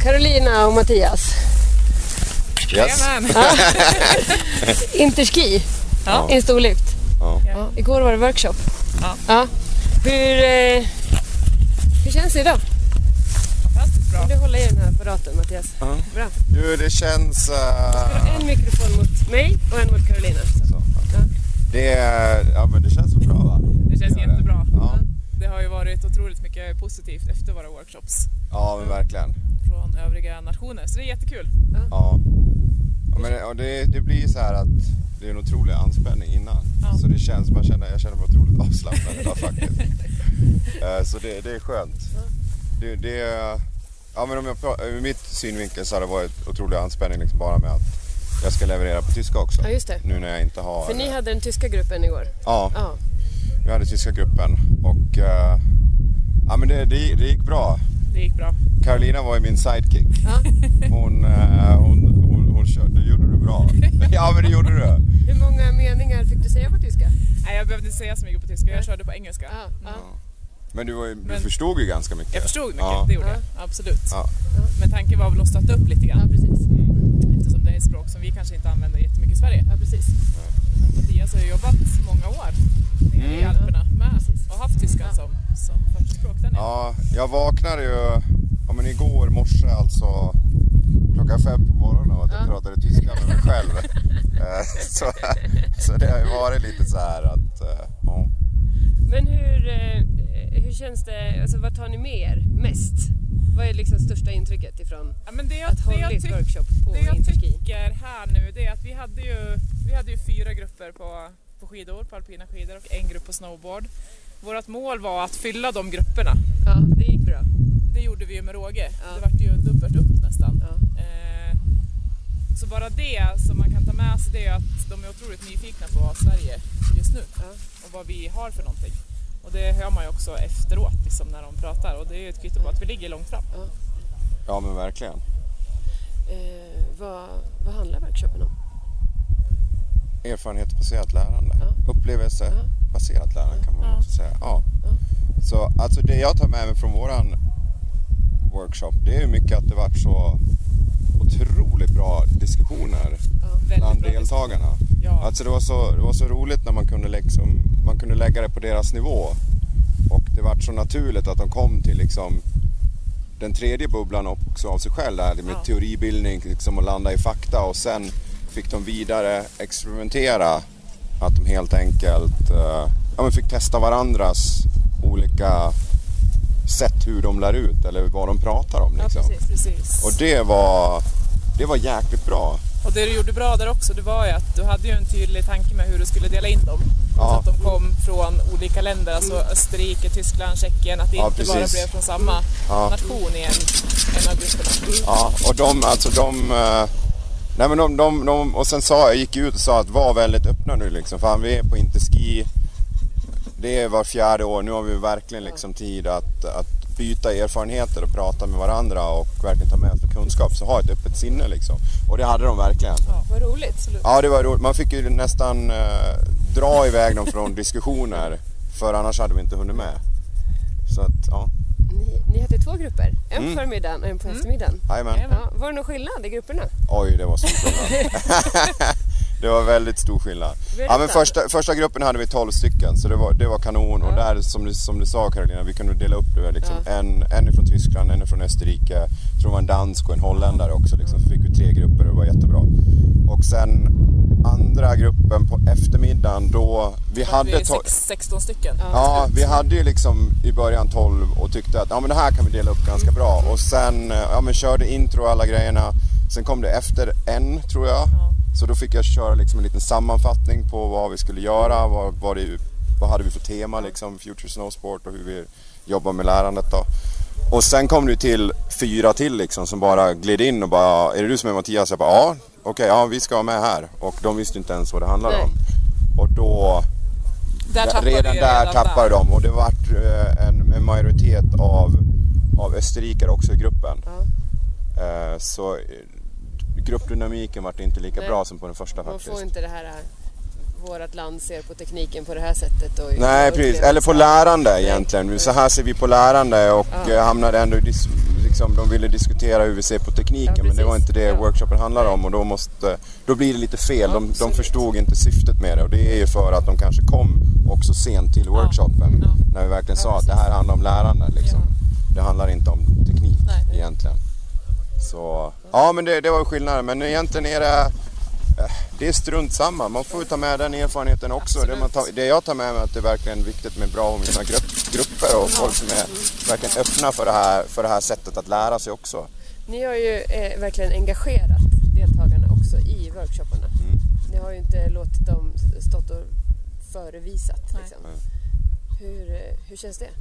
Carolina och Mattias. Yes. Interski. Ja. I en stor lift. Ja. Ja. Igår var det workshop. Ja. Hur känns det idag? Fantastiskt bra. Kan du hålla i den här apparaten, Mattias? Ja. Bra. Du, det känns... En mikrofon mot mig och en mot Carolina. Så, men det känns så bra, va? Det känns jättebra. Ja. Det har ju varit otroligt mycket positivt efter våra workshops Ja, men verkligen. från övriga nationer, så det är jättekul. Ja. Men det blir så här att det är en otrolig anspänning innan. Ja. Så det känns, jag känner mig otroligt avslappnad idag faktiskt. Så det är skönt. Men om ur mitt synvinkel så har det varit otrolig anspänning liksom bara med att jag ska leverera på tyska också. Ja, just det. Nu när jag inte har... För ni hade den tyska gruppen igår. Ja. Vi hade tyska gruppen och men det gick bra. Det gick bra. Carolina var ju min sidekick. Ja. Hon körde, det gjorde du bra. Ja, men det gjorde du. Hur många meningar fick du säga på tyska? Nej, jag behövde inte säga så mycket på tyska, jag körde på engelska. Ja. Men du förstod ju ganska mycket. Jag förstod mycket, Ja. det gjorde jag. Absolut. Ja. Men tanken var väl att stötta upp lite Ja, grann. precis. Eftersom det är ett språk som vi kanske inte använder jättemycket i Sverige. Ja, precis. Men Mattias har ju jobbat många år i Alperna med och haft tyskan som första språk där nere. Ja, jag vaknade ju igår morse alltså klockan 5 på morgonen och att jag pratade tyska med mig själv. Så det har ju varit lite så här att... Men hur känns det, alltså vad tar ni med er mest? Vad är liksom största intrycket ifrån att hålla ett workshop på Det jag Interski? tycker här nu, det är att vi hade ju 4 grupper på skidor, på alpina skidor och en grupp på snowboard. Vårt mål var att fylla de grupperna. Ja, det gick bra. Det gjorde vi ju med råge. Ja. Det vart ju dubbelt upp nästan. Ja. Så bara det som man kan ta med sig, det är att de är otroligt nyfikna på Sverige just nu. Ja. Och vad vi har för någonting. Och det hör man ju också efteråt liksom, när de pratar. Och det är ju ett kvitto på att vi ligger långt fram. Ja, men verkligen. Vad handlar workshopen om? Erfarenhetsbaserat lärande. Ja. Upplevelsebaserat lärande kan man också säga. Ja. Så alltså det jag tar med mig från våran workshop, det är ju mycket att det varit så otroligt bra diskussioner bland deltagarna. Ja. Alltså det var så roligt när man kunde lägga det på deras nivå. Och det var så naturligt att de kom till liksom den tredje bubblan också av sig själv där med teoribildning liksom, och landa i fakta, och sen fick de vidare experimentera, att de helt enkelt fick testa varandras olika sätt hur de lär ut eller vad de pratar om liksom. Ja, precis. Och det var jäkligt bra. Och det du gjorde bra där också, det var ju att du hade ju en tydlig tanke med hur du skulle dela in dem. Ja. Så att de kom från olika länder, alltså Österrike, Tyskland, Tjeckien, att det inte bara blev från samma nation i en av grupperna. Ja, och de och sen gick ut och sa att var väldigt öppna nu liksom, för vi är på Interski, det är var 4:e år, nu har vi verkligen liksom tid att byta erfarenheter och prata med varandra och verkligen ta med sig kunskap, så ha ett öppet sinne liksom. Och det hade de verkligen. Ja, Vad roligt. Ja, det var roligt. Man fick ju nästan dra iväg dem från diskussioner, för annars hade vi inte hunnit med. Så att, ja. Ni hade 2 grupper, en på förmiddagen och en på eftermiddagen. Jajamän. Ja, var det någon skillnad i grupperna? Oj, det var stor skillnad. Det var väldigt stor skillnad. Ja, men första gruppen hade vi 12 stycken, så det var kanon. Och där, som du sa Carolina, vi kunde dela upp det liksom. En från Tyskland, en från Österrike, jag tror det var en dansk och en holländare också liksom. Så fick vi 3 grupper och det var jättebra. Och sen andra gruppen på eftermiddagen, då vi hade 16 stycken. Ja, vi hade ju liksom i början 12 och tyckte att men det här kan vi dela upp ganska bra. Och sen körde intro och alla grejerna. Sen kom det efter en, tror jag. Så då fick jag köra liksom en liten sammanfattning på vad vi skulle göra, vad hade vi för tema liksom, Future Snowsport, och hur vi jobbar med lärandet då. Och sen kom det till 4 till liksom, som bara gled in och bara, är det du som är Mattias? Jag bara, okej, vi ska vara med här. Och de visste inte ens vad det handlade om. Och då redan där tappade de. Och det var en majoritet av österrikare också i gruppen. Så gruppdynamiken var inte lika bra som på den första faktiskt. Man får inte det här vårt land ser på tekniken på det här sättet. Och nej, precis. Eller på lärande egentligen. Så här ser vi på lärande och hamnade ändå liksom, de ville diskutera hur vi ser på tekniken, men det var inte det workshopen handlar om, och då blir det lite fel. De förstod inte syftet med det, och det är ju för att de kanske kom också sent till workshopen när vi verkligen sa att det här handlar om lärande liksom. Det handlar inte om teknik egentligen. Så ja, men det var ju skillnaden, men egentligen är det är strunt samma. Man får ju ta med den erfarenheten också. Det jag tar med mig är att det är verkligen viktigt med bra och mina grupper och folk som är verkligen öppna för det här sättet att lära sig också. Ni har ju verkligen engagerat deltagarna också i workshopparna. Ni har ju inte låtit dem stått och förevisat. Liksom. Hur känns det?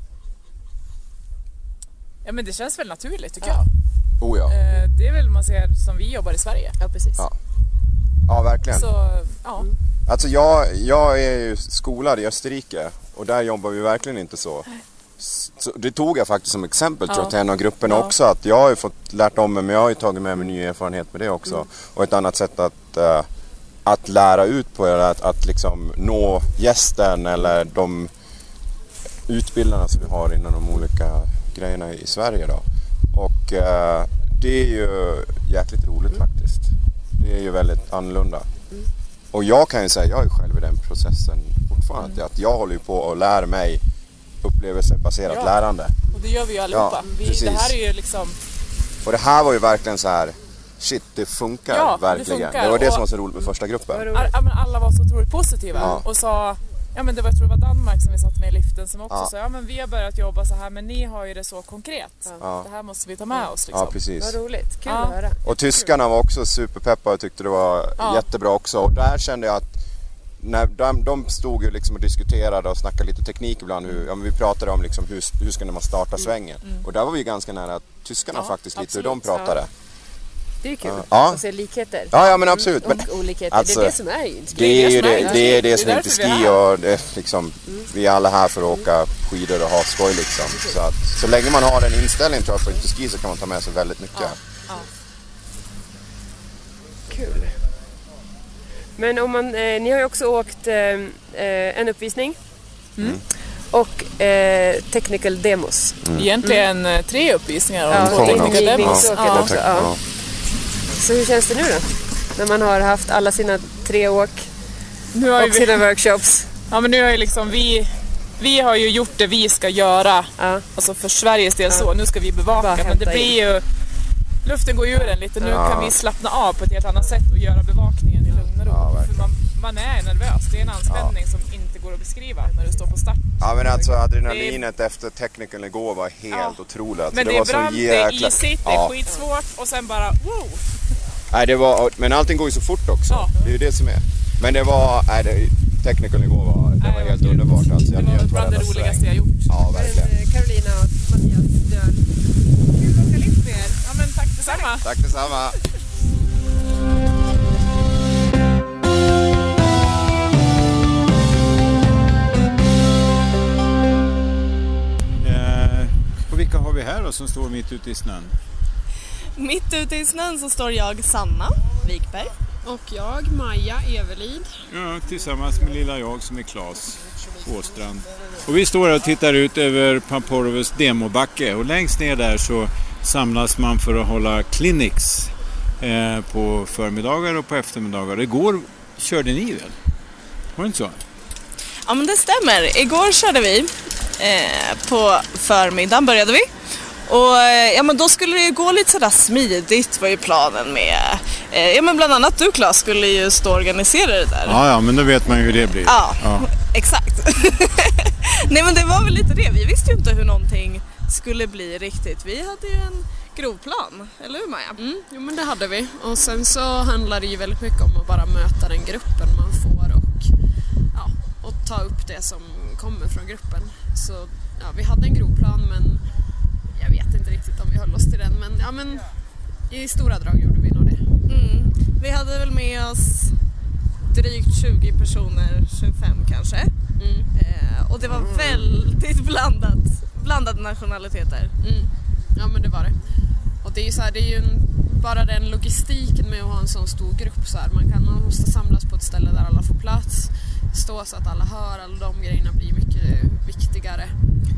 Ja, men det känns väl naturligt tycker jag. Oh, ja. Det är väl man ser som vi jobbar i Sverige. Ja, precis. Ja, verkligen. Så, ja. Alltså jag är ju skolad i Österrike, och där jobbar vi verkligen inte så. Så det tog jag faktiskt som exempel tror jag, till en av grupperna också, att jag har ju fått lärt om mig, men jag har ju tagit med mig ny erfarenhet med det också. Och ett annat sätt att lära ut på är att liksom nå gästen eller de utbildarna som vi har inom de olika grejerna i Sverige då. Och det är ju jäkligt roligt faktiskt. Det är ju väldigt annorlunda. Och jag kan ju säga, jag är själv i den processen fortfarande. Att jag håller ju på och lär mig upplevelsebaserat lärande. Och det gör vi ju allihopa. Det här är ju liksom... Och det här var ju verkligen så här, shit, det funkar verkligen. Det funkar. Det var det som var så roligt med första gruppen. Alla var så otroligt positiva och sa... Ja, men jag tror det var Danmark som vi satt med i liften som också sa, men vi har börjat jobba så här, men ni har ju det så konkret. Det här måste vi ta med oss liksom. Ja, precis. Vad roligt, kul att höra. Och tyskarna var också superpeppa och tyckte det var jättebra också. Och där kände jag att när de stod ju liksom och diskuterade och snackade lite teknik ibland. Vi pratade om liksom hur ska man starta svängen. Och där var vi ganska nära tyskarna faktiskt, lite hur de pratade. Det är kul att se likheter. Ja, men absolut. Och olikheter. Alltså, det är det som är inte det är det som inte ski, och det, liksom, vi är alla här för att åka skidor och ha skoj liksom. Så länge man har den inställningen tror jag på inte ski, så kan man ta med sig väldigt mycket. Kul. Men om ni har ju också åkt en uppvisning och technical demos. Egentligen 3 uppvisningar och 2 technical demos. Också. Så hur känns det nu då? När man har haft alla sina 3 åk och sina workshops. Ja, men nu har ju liksom vi har ju gjort det vi ska göra. Alltså för Sveriges del så. Nu ska vi bevaka. Men det blir ju... Luften går ur den lite. Nu kan vi slappna av på ett helt annat sätt och göra bevakningen i lugn och ro. För man är nervös. Det är en anspänning som inte går att beskriva när du står på start. Ja, men alltså adrenalinet efter Technical igår var helt otroligt. Men det är brant, det är isigt, det är skitsvårt och sen bara wow! Nej, men allting går ju så fort också. Det är ju det som är. Men det var... Technical igår var helt underbart. Alltså, det var bland det roligaste jag gjort. Ja, verkligen. Carolina och Mattias Döl. Kul att åka lite med er. Ja, men tack detsamma. Tack detsamma. Och vilka har vi här då som står mitt ute i snön? Mitt ute i snön så står jag, Sanna Wikberg. Och jag, Maja Everlid. Ja, tillsammans med lilla jag som är Claes Åstrand. Och vi står här och tittar ut över Pamporovets demobacke. Och längst ner där så samlas man för att hålla clinics på förmiddagar och på eftermiddagar. Igår körde ni väl? Var det inte så? Ja, men det stämmer. Igår körde vi. På förmiddagen började vi. Och ja, men då skulle det ju gå lite sådär smidigt, var ju planen med. Ja, men bland annat du, Claes, skulle ju stå och organisera det där. Ja, men då vet man ju hur det blir. Ja. Exakt. Nej, men det var väl lite det. Vi visste ju inte hur någonting skulle bli riktigt. Vi hade ju en grovplan, eller hur Maja? Jo, men det hade vi. Och sen så handlar det ju väldigt mycket om att bara möta den gruppen man får och ta upp det som kommer från gruppen. Så ja, vi hade en grovplan, men jag vet inte riktigt om vi höll oss till den. Men i stora drag gjorde vi nog det. Vi hade väl med oss drygt 20 personer, 25 kanske. Och det var väldigt blandade nationaliteter. Ja, men det var det. Och det är ju så här, det är ju bara den logistiken med att ha en sån stor grupp så här. Man måste samlas på ett ställe där alla får plats, stå så att alla hör, alla de grejerna blir mycket viktigare.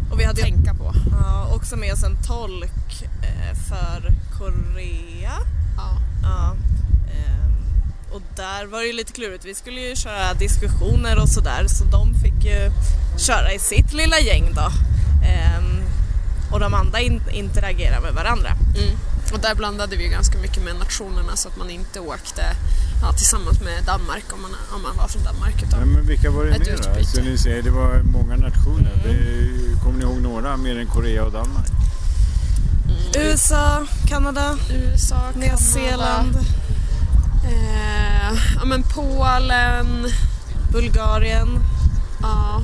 Och vi hade tänka på. Ja, också med oss en tolk för Korea. Ja. Och där var det ju lite klurigt. Vi skulle ju köra diskussioner och sådär, så de fick ju köra i sitt lilla gäng då. Och de andra interagerar med varandra. Och där blandade vi ju ganska mycket med nationerna, så att man inte åkte tillsammans med Danmark om man var från Danmark. Ja, men vilka var det med då? Så ni säger, det var många nationer. Kommer ni ihåg några mer än Korea och Danmark? USA, Kanada, Nya Zeeland. Men Polen, Bulgarien. Ja.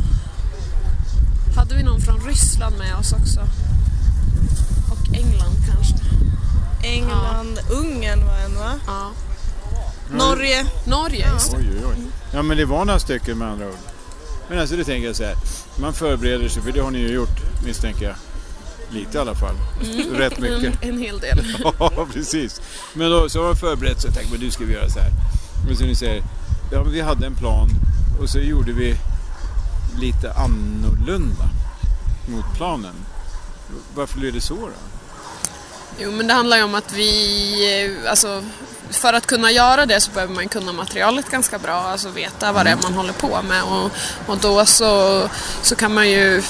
Hade vi någon från Ryssland med oss också? Och England kanske? England, Ungern var en, va? Ja. Norge, just det. Oj. Ja, men det var några stycken med andra ord. Men alltså, det tänker jag så här. Man förbereder sig, för det har ni ju gjort, misstänker jag. Lite i alla fall. Rätt mycket. En hel del. Ja, precis. Men då så har man förberett sig och tänkt, men nu ska vi göra så här. Men så ni säger, ja, men vi hade en plan och så gjorde vi lite annorlunda mot planen. Varför blev det så då? Jo, men det handlar ju om att vi, alltså, för att kunna göra det så behöver man kunna materialet ganska bra, alltså veta vad det är man håller på med, och då så kan man ju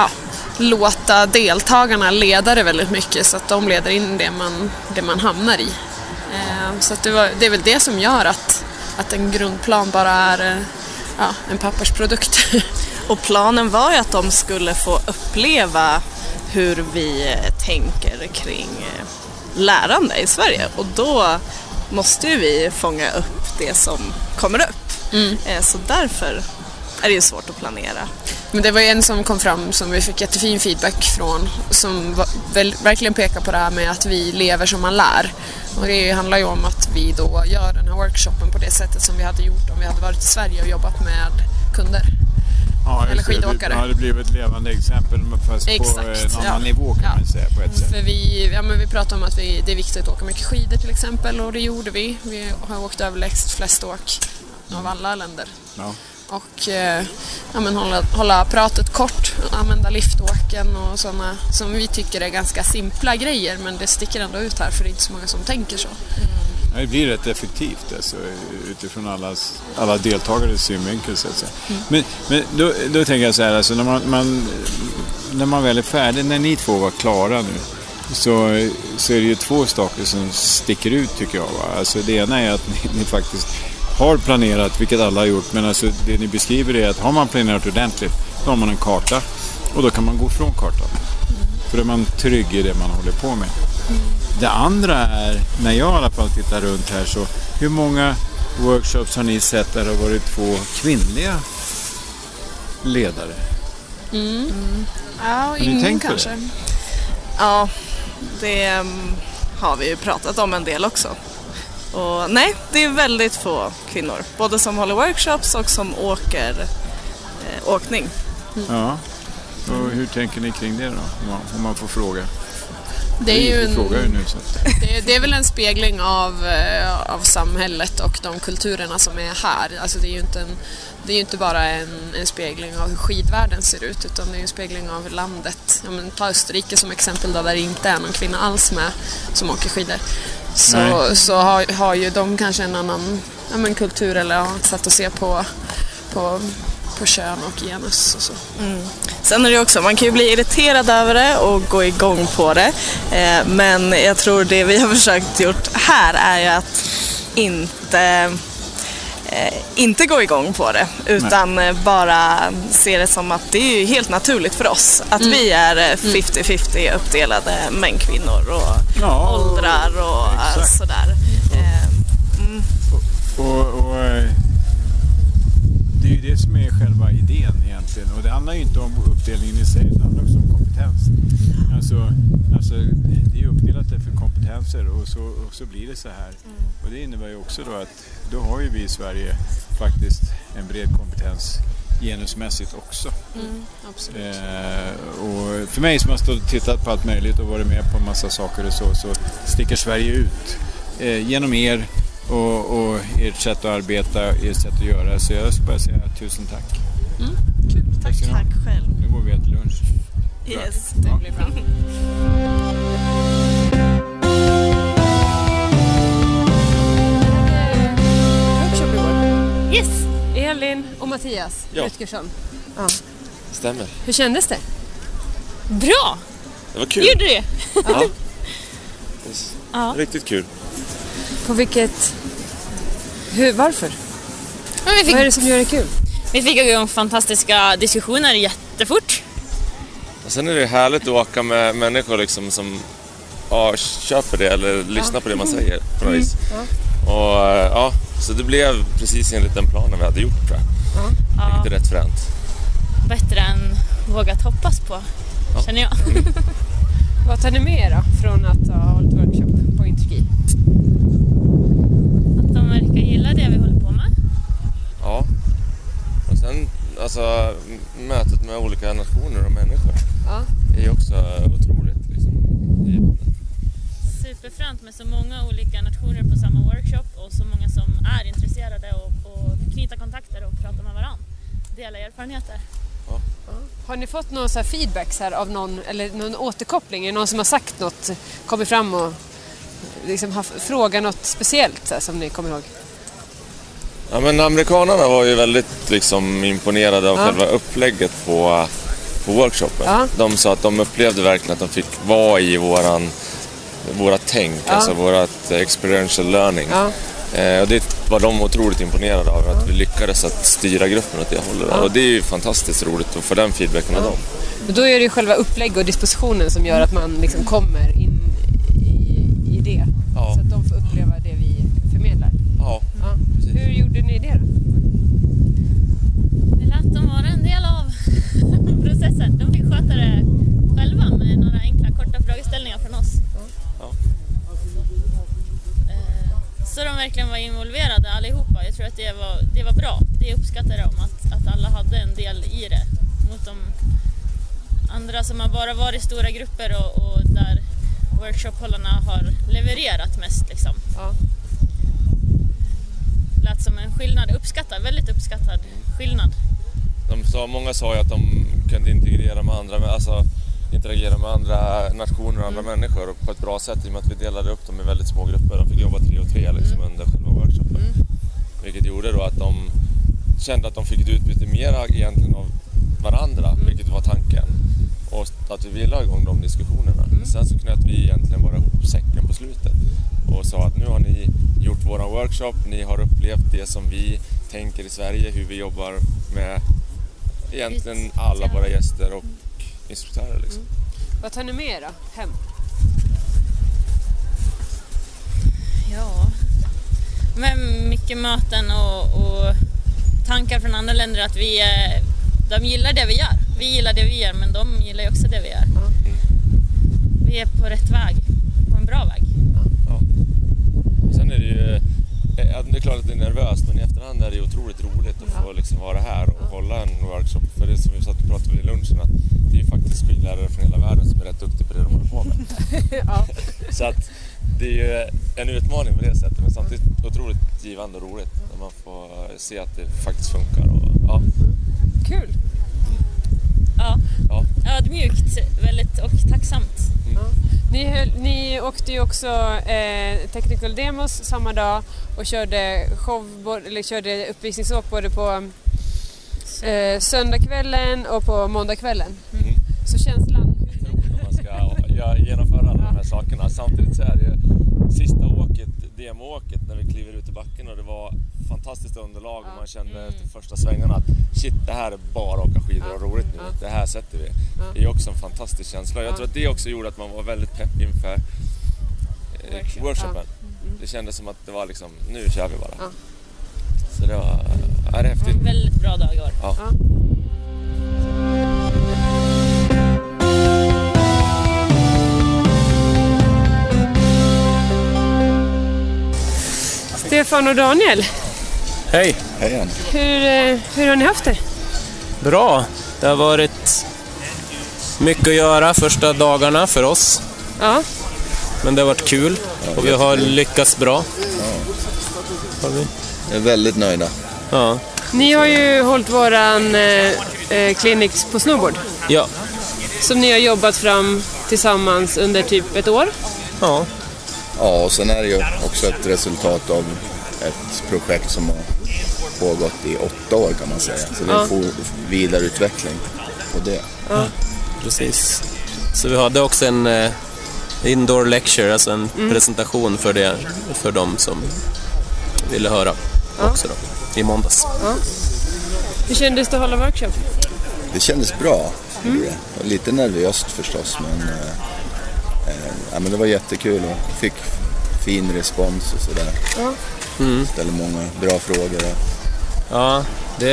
låta deltagarna leda det väldigt mycket, så att de leder in det man hamnar i. Så att det är väl det som gör att en grundplan bara är en pappersprodukt. Och planen var ju att de skulle få uppleva hur vi tänker kring lärande i Sverige, och då måste ju vi fånga upp det som kommer upp. Så därför är det ju svårt att planera. Men det var ju en som kom fram som vi fick jättefin feedback från, som verkligen pekar på det här med att vi lever som man lär. Och det handlar ju om att vi då gör den här workshopen på det sättet som vi hade gjort om vi hade varit i Sverige och jobbat med kunder. Ja, eller skidåkare. Det blev ett levande exempel, fast på en annan nivå kan man säga på ett sätt. För vi pratade om att det är viktigt att åka mycket skidor till exempel, och det gjorde vi. Vi har åkt överlägset flest åk av alla länder. Ja. Och hålla pratet kort, använda liftåken och sådana som vi tycker är ganska simpla grejer, men det sticker ändå ut här för det är inte så många som tänker så. Ja, det blir rätt effektivt alltså, utifrån alla deltagares synvinkel så att säga. Men då tänker jag så här, alltså, när man väl är färdig, när ni två var klara nu, så är det ju två saker som sticker ut tycker jag. Va? Alltså, det ena är att ni faktiskt har planerat, vilket alla har gjort, men alltså det ni beskriver är att har man planerat ordentligt, då har man en karta och då kan man gå från kartan. För då är man trygg i det man håller på med. Det andra är, när jag i alla fall tittar runt här, så hur många workshops har ni sett där det har varit två kvinnliga ledare? Ja, ingen kanske. Det? Ja, det har vi ju pratat om en del också. Och nej, det är väldigt få kvinnor. Både som håller workshops och som åker åkning. Ja, och hur tänker ni kring det då? Om man får fråga. Det är ju nu, så. Det är väl en spegling av samhället och de kulturerna som är här. Alltså det är ju inte bara en spegling av hur skidvärlden ser ut, utan det är en spegling av landet. Ta Österrike som exempel där det inte är någon kvinna alls med som åker skidor. Så har ju de kanske en annan kultur eller sätt att se på kön och genus och så. Sen är det också, man kan ju bli irriterad över det och gå igång på det. Men jag tror det vi har försökt gjort här är ju att inte gå igång på det, utan bara se det som att det är ju helt naturligt för oss att vi är 50-50 uppdelade män, kvinnor och åldrar och sådär. Och det är ju det som är själva idén egentligen, och det handlar ju inte om uppdelningen i sig, det handlar också om kompetens. Alltså det är ju uppdelat för kompetenser, och så blir det så här. Och det innebär ju också då att då har ju vi i Sverige faktiskt en bred kompetens genusmässigt också. Absolut. Och för mig som har stått och tittat på allt möjligt och varit med på en massa saker och så sticker Sverige ut genom er och ert sätt att arbeta, ert sätt att göra. Så jag ska bara säga tusen tack. Kul. Tack själv. Nu går vi till lunch. Yes. Det blir bra. Workshop igår. Yes. Elin och Mattias Ja. Rutgersson. Ja. Stämmer. Hur kändes det? Bra. Det var kul. Gjorde det? Ja. Ja. Riktigt kul. På vilket... Varför? Men Vad är det som gör det kul? vi fick igång fantastiska diskussioner jättefort. Och sen är det härligt att åka med människor liksom som köper det eller lyssnar på det man säger på något vis. Och så det blev precis enligt den planen vi hade gjort, tror jag. Vilket är rätt fränt. Bättre än vågat hoppas på, känner jag. Vad tar ni med er då från att ha hållit workshop på Interski? Att de verkar gilla det vi håller på med. Ja. Och sen alltså mötet med olika nationer och människor är också otroligt liksom. Superfränt med så många olika nationer på samma workshop och så många som är intresserade och knyta kontakter och prata med varandra. Dela erfarenheter. Ja. Har ni fått någon så här feedback så här av någon, eller någon återkoppling? Är det någon som har sagt något, kommit fram och liksom frågat något speciellt så här, som ni kommer ihåg? Ja, men amerikanerna var ju väldigt liksom imponerade av själva upplägget på workshopen. Ja. De sa att de upplevde verkligen att de fick vara i våra tänk, alltså vårat experiential learning. Ja. Och det var de otroligt imponerade av, att vi lyckades att styra gruppen åt det hållet. Och det är ju fantastiskt roligt att få den feedbacken av dem. Och då är det ju själva upplägg och dispositionen som gör att man liksom kommer in i det. Ja. Så att de får uppleva det vi förmedlar. Ja. Hur gjorde ni det då? Vi lät dem vara en del av processen. De fick sköta det själva med några enkla korta frågeställningar från oss. Ja. Så de verkligen var involverade allihopa. Jag tror att det var bra. Det uppskattade de, att alla hade en del i det. Mot de andra som har bara varit i stora grupper och där workshophållarna har levererat mest. Liksom. Ja. Lät som en skillnad. Väldigt uppskattad skillnad. Många sa ju att de kunde interagera med andra nationer och andra människor på ett bra sätt, i och med att vi delade upp dem i väldigt små grupper. De fick jobba 3 och 3 liksom, under själva workshopen. Vilket gjorde då att de kände att de fick ett utbyte mer egentligen av varandra, vilket var tanken. Och att vi ville ha igång de diskussionerna. Sen så knöt vi egentligen bara ihop säcken på slutet och sa att nu har ni gjort våran workshop, ni har upplevt det som vi tänker i Sverige, hur vi jobbar med egentligen alla våra gäster och instruktörer liksom. Vad tar ni med er då? Hem? Ja, men mycket möten och tankar från andra länder att de gillar det vi gör. Vi gillar det vi gör, men de gillar ju också det vi gör. Vi är på rätt väg, på en bra väg. Ja. Sen är det ju, det är klart att det är nervöst, men i efterhand är det otroligt roligt att få liksom vara här och hålla en workshop. För det som vi satt och pratade om i lunchen, att det är ju faktiskt skidlärare från hela världen som är rätt duktiga på det de håller på med. Så att det är ju en utmaning på det sättet, men samtidigt otroligt givande och roligt när man får se att det faktiskt funkar. Och, Kul! Ja, ödmjukt väldigt och tacksamt. Ni åkte ju också Technical Demos samma dag och körde körde uppvisningsåk både på söndagskvällen och på måndagskvällen. Så känslan... När man ska genomföra alla de här sakerna. Samtidigt så är det sista åket, demoåket, när vi kliver ut i backen och det var fantastiskt underlag och man kände efter första svängarna att shit, det här är bara att åka skidor och roligt nu. Det här sätter vi. Det är också en fantastisk känsla. Jag tror att det också gjorde att man var väldigt pepp inför workshopen. Det kändes som att det var liksom, nu kör vi bara. Så det var häftigt. En väldigt bra dag igår. Ja. Stefan och Daniel. Hej! Hej. Hur har ni haft det? Bra! Det har varit mycket att göra första dagarna för oss. Ja. Men det har varit kul och vi har lyckats bra. Jag är väldigt nöjda. Ja. Ni har ju hållit våran clinics på snowboard. Ja. som ni har jobbat fram tillsammans under typ ett år? Ja. Ja, och sen är det ju också ett resultat av ett projekt som har pågått i 8 år kan man säga. Så det är vidareutveckling på det. Ja, precis. Så vi hade också en indoor lecture, alltså en presentation för det, för de som ville höra också då, i måndags. Ja. Hur kändes det att hålla workshop? Det kändes bra. Lite nervöst förstås, men det var jättekul och fick fin respons och sådär. Ja. Ställde många bra frågor. Ja, det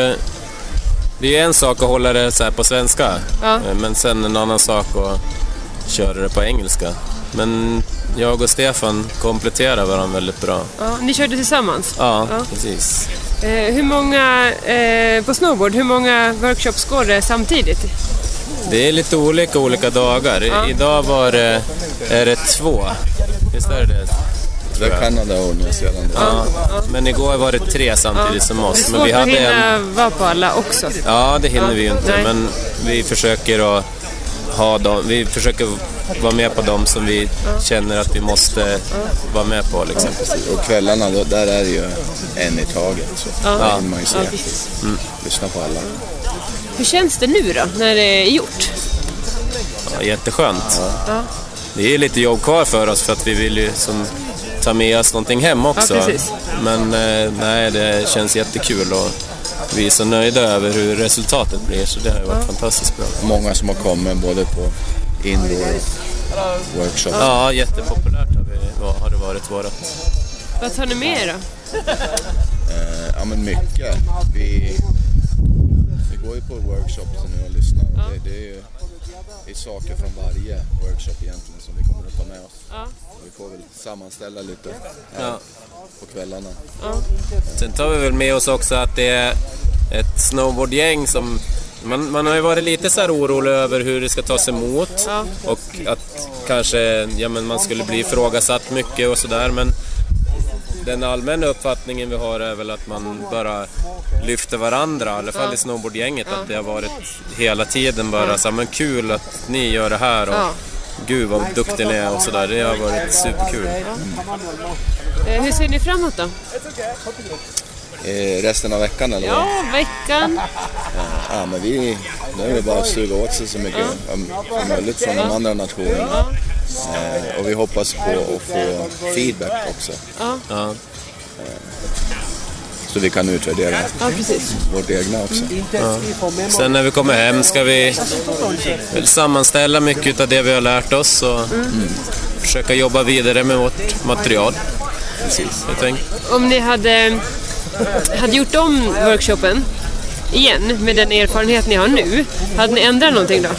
är en sak att hålla det så här på svenska, men sen en annan sak att köra det på engelska. Men jag och Stefan kompletterar varandra väldigt bra. Ja, ni körde tillsammans? Ja, precis. Hur många, på snowboard, hur många workshops går det samtidigt? Det är lite olika dagar. Ja. Idag är det 2. Visst är det? Det är Kanada och Nya Zeeland. Ja. Men igår var det 3 samtidigt som oss. Det är svårt att hinna vara på alla också. Ja, det hinner vi ju inte. Nej. Men vi försöker att ha dem. Vi försöker vara med på dem som vi känner att vi måste vara med på. Liksom. Och kvällarna, där är det ju en i taget. Så där kan man ju se. Lyssna på alla. Hur känns det nu då, när det är gjort? Ja, jätteskönt. Ja. Det är lite jobb kvar för oss för att vi vill ju ta med oss någonting hem också. Ja, men nej, det känns jättekul och vi är så nöjda över hur resultatet blir, så det har varit fantastiskt bra. Många som har kommit både på indoor workshops. Ja, jättepopulärt har det varit vårat. Vad tar ni med er då? Ja, men mycket. Vi går ju på workshops nu och lyssnar. Det är ju saker från varje workshop egentligen som vi kommer att ta med oss. Vi får väl sammanställa lite på kvällarna. Sen tar vi väl med oss också att det är ett snowboardgäng som man har ju varit lite så här orolig över hur det ska tas emot och att kanske man skulle bli ifrågasatt mycket och sådär, men den allmänna uppfattningen vi har är väl att man bara lyfter varandra, i alla fall i snowboardgänget, att det har varit hela tiden bara så här, men kul att ni gör det här och gud vad duktig ni är och sådär, det har varit superkul. Hur ser ni framåt då? Resten av veckan eller? Ja, veckan. Ja, men nu är det bara att suga åt sig så mycket möjligt från de andra nationerna. Och vi hoppas på att få feedback också. Så vi kan utvärdera vårt egna också. Sen när vi kommer hem ska vi sammanställa mycket av det vi har lärt oss och försöka jobba vidare med vårt material. Precis. Om ni hade gjort om workshopen igen med den erfarenhet ni har nu, hade ni ändrat någonting då?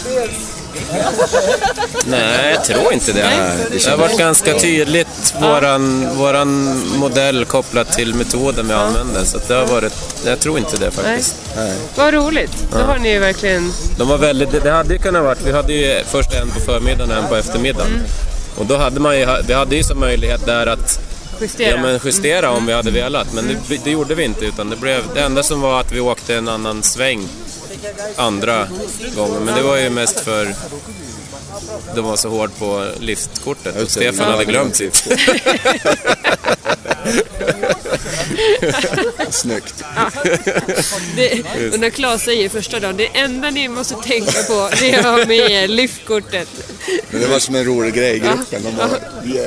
Nej, jag tror inte det. Det har varit ganska tydligt våran modell kopplat till metoden vi använder, så att det har varit, jag tror inte det faktiskt. Nej. Vad roligt. Då har ni ju verkligen... Det hade ju kunnat varit, vi hade ju först en på förmiddagen och en på eftermiddagen. Och då hade vi hade ju som möjlighet där att justera om vi hade velat, men det gjorde vi inte, utan det enda som var att vi åkte en annan sväng andra gången, men det var ju mest för de var så hård på liftkortet och Stefan hade glömt sitt. Snyggt. Och när Claes säger första dagen, det enda ni måste tänka på det är att ha med liftkortet. Men det var som en rolig grej i gruppen. De bara,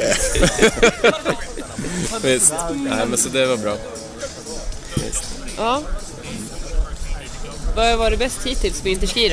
Visst. Nej, men så det var bra. Visst. Ja. Vad har varit bäst hittills med Interski då?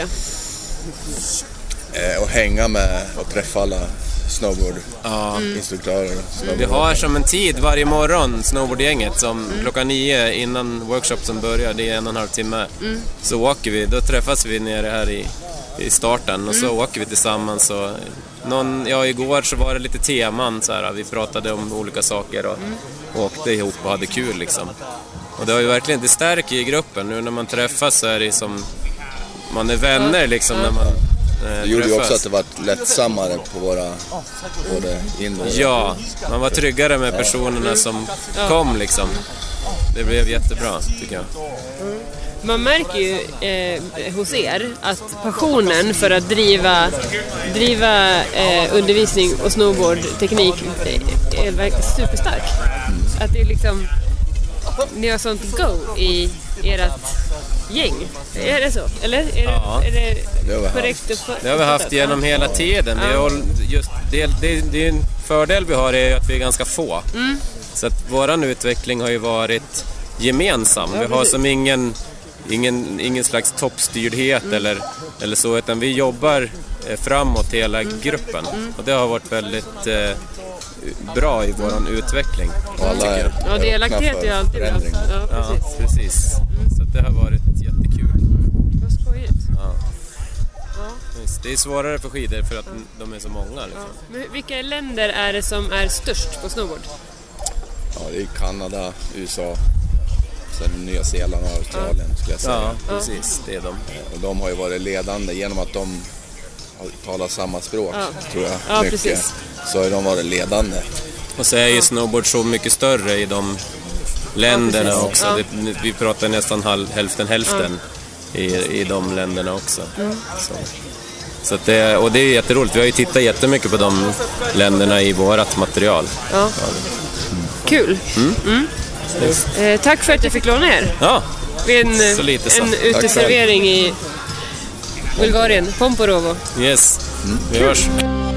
Och hänga med och träffa alla snowboardinstruktörer. Vi har som en tid varje morgon snowboardgänget som 9:00 innan workshopen börjar, det är 1,5 timme. Så åker vi, då träffas vi nere här i starten och så åker vi tillsammans. Och igår så var det lite teman så här, vi pratade om olika saker och åkte ihop och hade kul liksom. Och det har ju verkligen, det stärker i gruppen. Nu när man träffas så är det som man är vänner liksom när man det gjorde ju också att det var lättsammare på våra både indoor. Ja, man var tryggare med personerna som kom liksom. Det blev jättebra tycker jag. man märker ju hos er att passionen för att driva undervisning och snowboardteknik är superstark. Att det är liksom, ni har sånt go i ert gäng. Är det så? Eller? Är det korrekt? Det har vi haft genom hela tiden. Det är en fördel vi har är att vi är ganska få. Så att våran utveckling har ju varit gemensam. Vi har som ingen slags toppstyrdhet eller så, utan vi jobbar framåt hela gruppen. Och det har varit väldigt bra i våran utveckling. Ja, delaktighet är ju alltid bra. Ja, precis. Så det har varit jättekul. Vad skojigt. Ja. Det är svårare för skidor för att de är så många. Liksom. Men vilka länder är det som är störst på snowboard? Ja, det är Kanada, USA, sen Nya Zeeland och Australien skulle jag säga. Ja, precis. Det är de. Och de har ju varit ledande genom att de talar samma språk, tror jag. Ja, mycket. precis. Så har de varit ledande. Och så är ju snowboard så mycket större i de länderna också. Ja. Vi pratar nästan hälften i de länderna också. Så att det är jätteroligt. Vi har ju tittat jättemycket på de länderna i vårat material. Ja. Kul. Tack för att jag fick låna er. Ja, en så lite så. En uteservering i Bulgarien, Pomporovo. Yes, vi hörs.